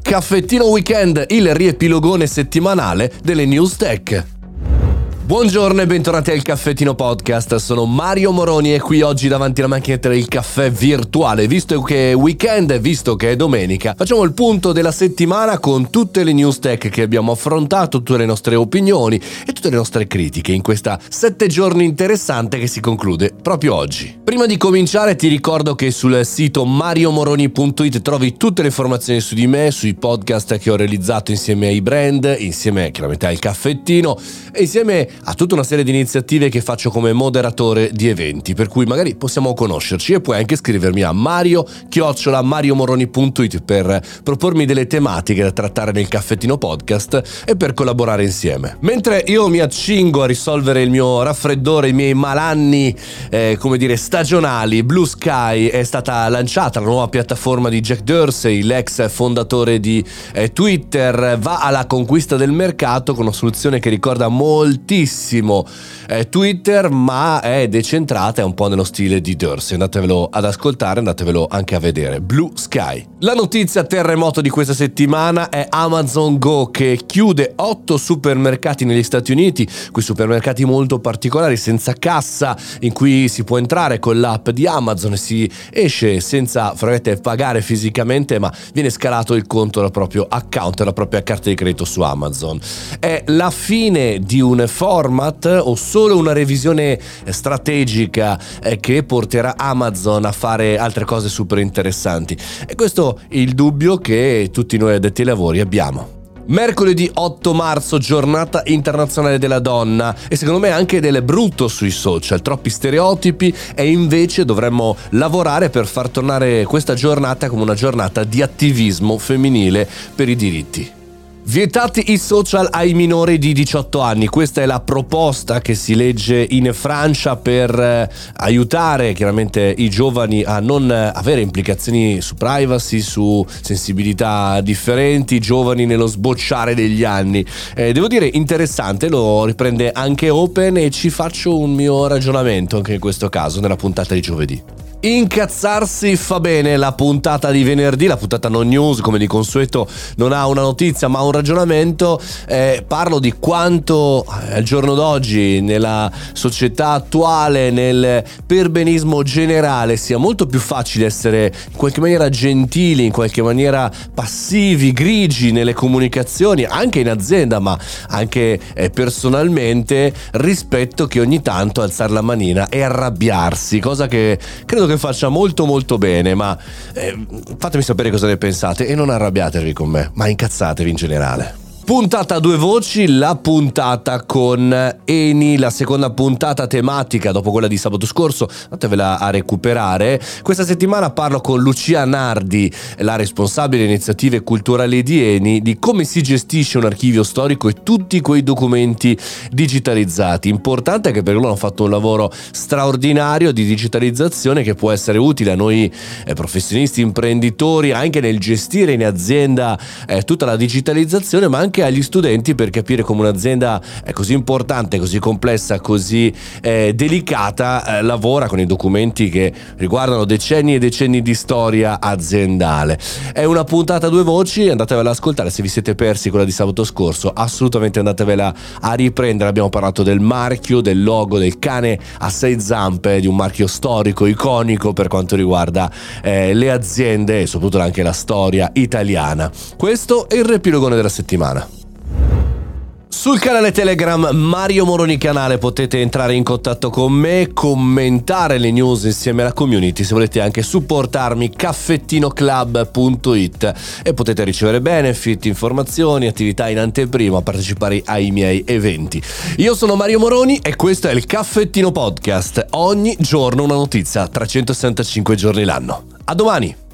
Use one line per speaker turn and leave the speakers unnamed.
Caffettino Weekend, il riepilogone settimanale delle news tech. Buongiorno e bentornati al Caffettino Podcast, sono Mario Moroni e qui oggi davanti alla macchinetta del caffè virtuale. Visto che è weekend e visto che è domenica, facciamo il punto della settimana con tutte le news tech che abbiamo affrontato, tutte le nostre opinioni e tutte le nostre critiche in questa 7 giorni interessante che si conclude proprio oggi. Prima di cominciare ti ricordo che sul sito mariomoroni.it trovi tutte le informazioni su di me, sui podcast che ho realizzato insieme ai brand, insieme chiaramente al caffettino e insieme a tutta una serie di iniziative che faccio come moderatore di eventi, per cui magari possiamo conoscerci e puoi anche scrivermi a mario@mariomoroni.it per propormi delle tematiche da trattare nel Caffettino Podcast e per collaborare insieme. Mentre io mi accingo a risolvere il mio raffreddore, i miei malanni stagionali, Blue Sky è stata lanciata la nuova piattaforma di Jack Dorsey, l'ex fondatore di Twitter, va alla conquista del mercato con una soluzione che ricorda moltissimo Twitter, ma è decentrata, è un po' nello stile di Dorsey. Andatevelo ad ascoltare, andatevelo anche a vedere. Blue Sky. La notizia terremoto di questa settimana è Amazon Go, che chiude 8 supermercati negli Stati Uniti, quei supermercati molto particolari senza cassa, in cui si può entrare con l'app di Amazon e si esce senza pagare fisicamente, ma viene scalato il conto dal proprio account, la propria carta di credito su Amazon. È la fine di un format o solo una revisione strategica che porterà Amazon a fare altre cose super interessanti? E questo è il dubbio che tutti noi addetti ai lavori abbiamo. Mercoledì 8 marzo, giornata internazionale della donna, e secondo me anche del brutto sui social, troppi stereotipi, e invece dovremmo lavorare per far tornare questa giornata come una giornata di attivismo femminile per i diritti. Vietati i social ai minori di 18 anni, questa è la proposta che si legge in Francia per aiutare chiaramente i giovani a non avere implicazioni su privacy, su sensibilità differenti, i giovani nello sbocciare degli anni. Devo dire interessante, lo riprende anche Open e ci faccio un mio ragionamento anche in questo caso nella puntata di giovedì. Incazzarsi fa bene, la puntata di venerdì, la puntata non news come di consueto non ha una notizia ma un ragionamento. Parlo di quanto al giorno d'oggi nella società attuale, nel perbenismo generale, sia molto più facile essere in qualche maniera gentili, in qualche maniera passivi, grigi nelle comunicazioni, anche in azienda ma anche personalmente, rispetto che ogni tanto alzare la manina e arrabbiarsi, cosa che credo che faccia molto molto bene, ma fatemi sapere cosa ne pensate e non arrabbiatevi con me, ma incazzatevi in generale. Puntata a due voci, la puntata con Eni, la seconda puntata tematica dopo quella di sabato scorso, andatevela a recuperare. Questa settimana parlo con Lucia Nardi, la responsabile iniziative culturali di Eni, di come si gestisce un archivio storico e tutti quei documenti digitalizzati. Importante anche perché loro hanno fatto un lavoro straordinario di digitalizzazione che può essere utile a noi professionisti, imprenditori, anche nel gestire in azienda tutta la digitalizzazione, ma anche agli studenti per capire come un'azienda così importante, così complessa, così delicata lavora con i documenti che riguardano decenni e decenni di storia aziendale. È una puntata a due voci, andatevela ad ascoltare. Se vi siete persi quella di sabato scorso, assolutamente andatevela a riprendere. Abbiamo parlato del marchio, del logo, del cane a 6 zampe, di un marchio storico, iconico per quanto riguarda le aziende e soprattutto anche la storia italiana. Questo è il riepilogone della settimana. Sul canale Telegram Mario Moroni Canale potete entrare in contatto con me, commentare le news insieme alla community. Se volete anche supportarmi, caffettinoclub.it, e potete ricevere benefit, informazioni, attività in anteprima, partecipare ai miei eventi. Io sono Mario Moroni e questo è il Caffettino Podcast. Ogni giorno una notizia, 365 giorni l'anno. A domani!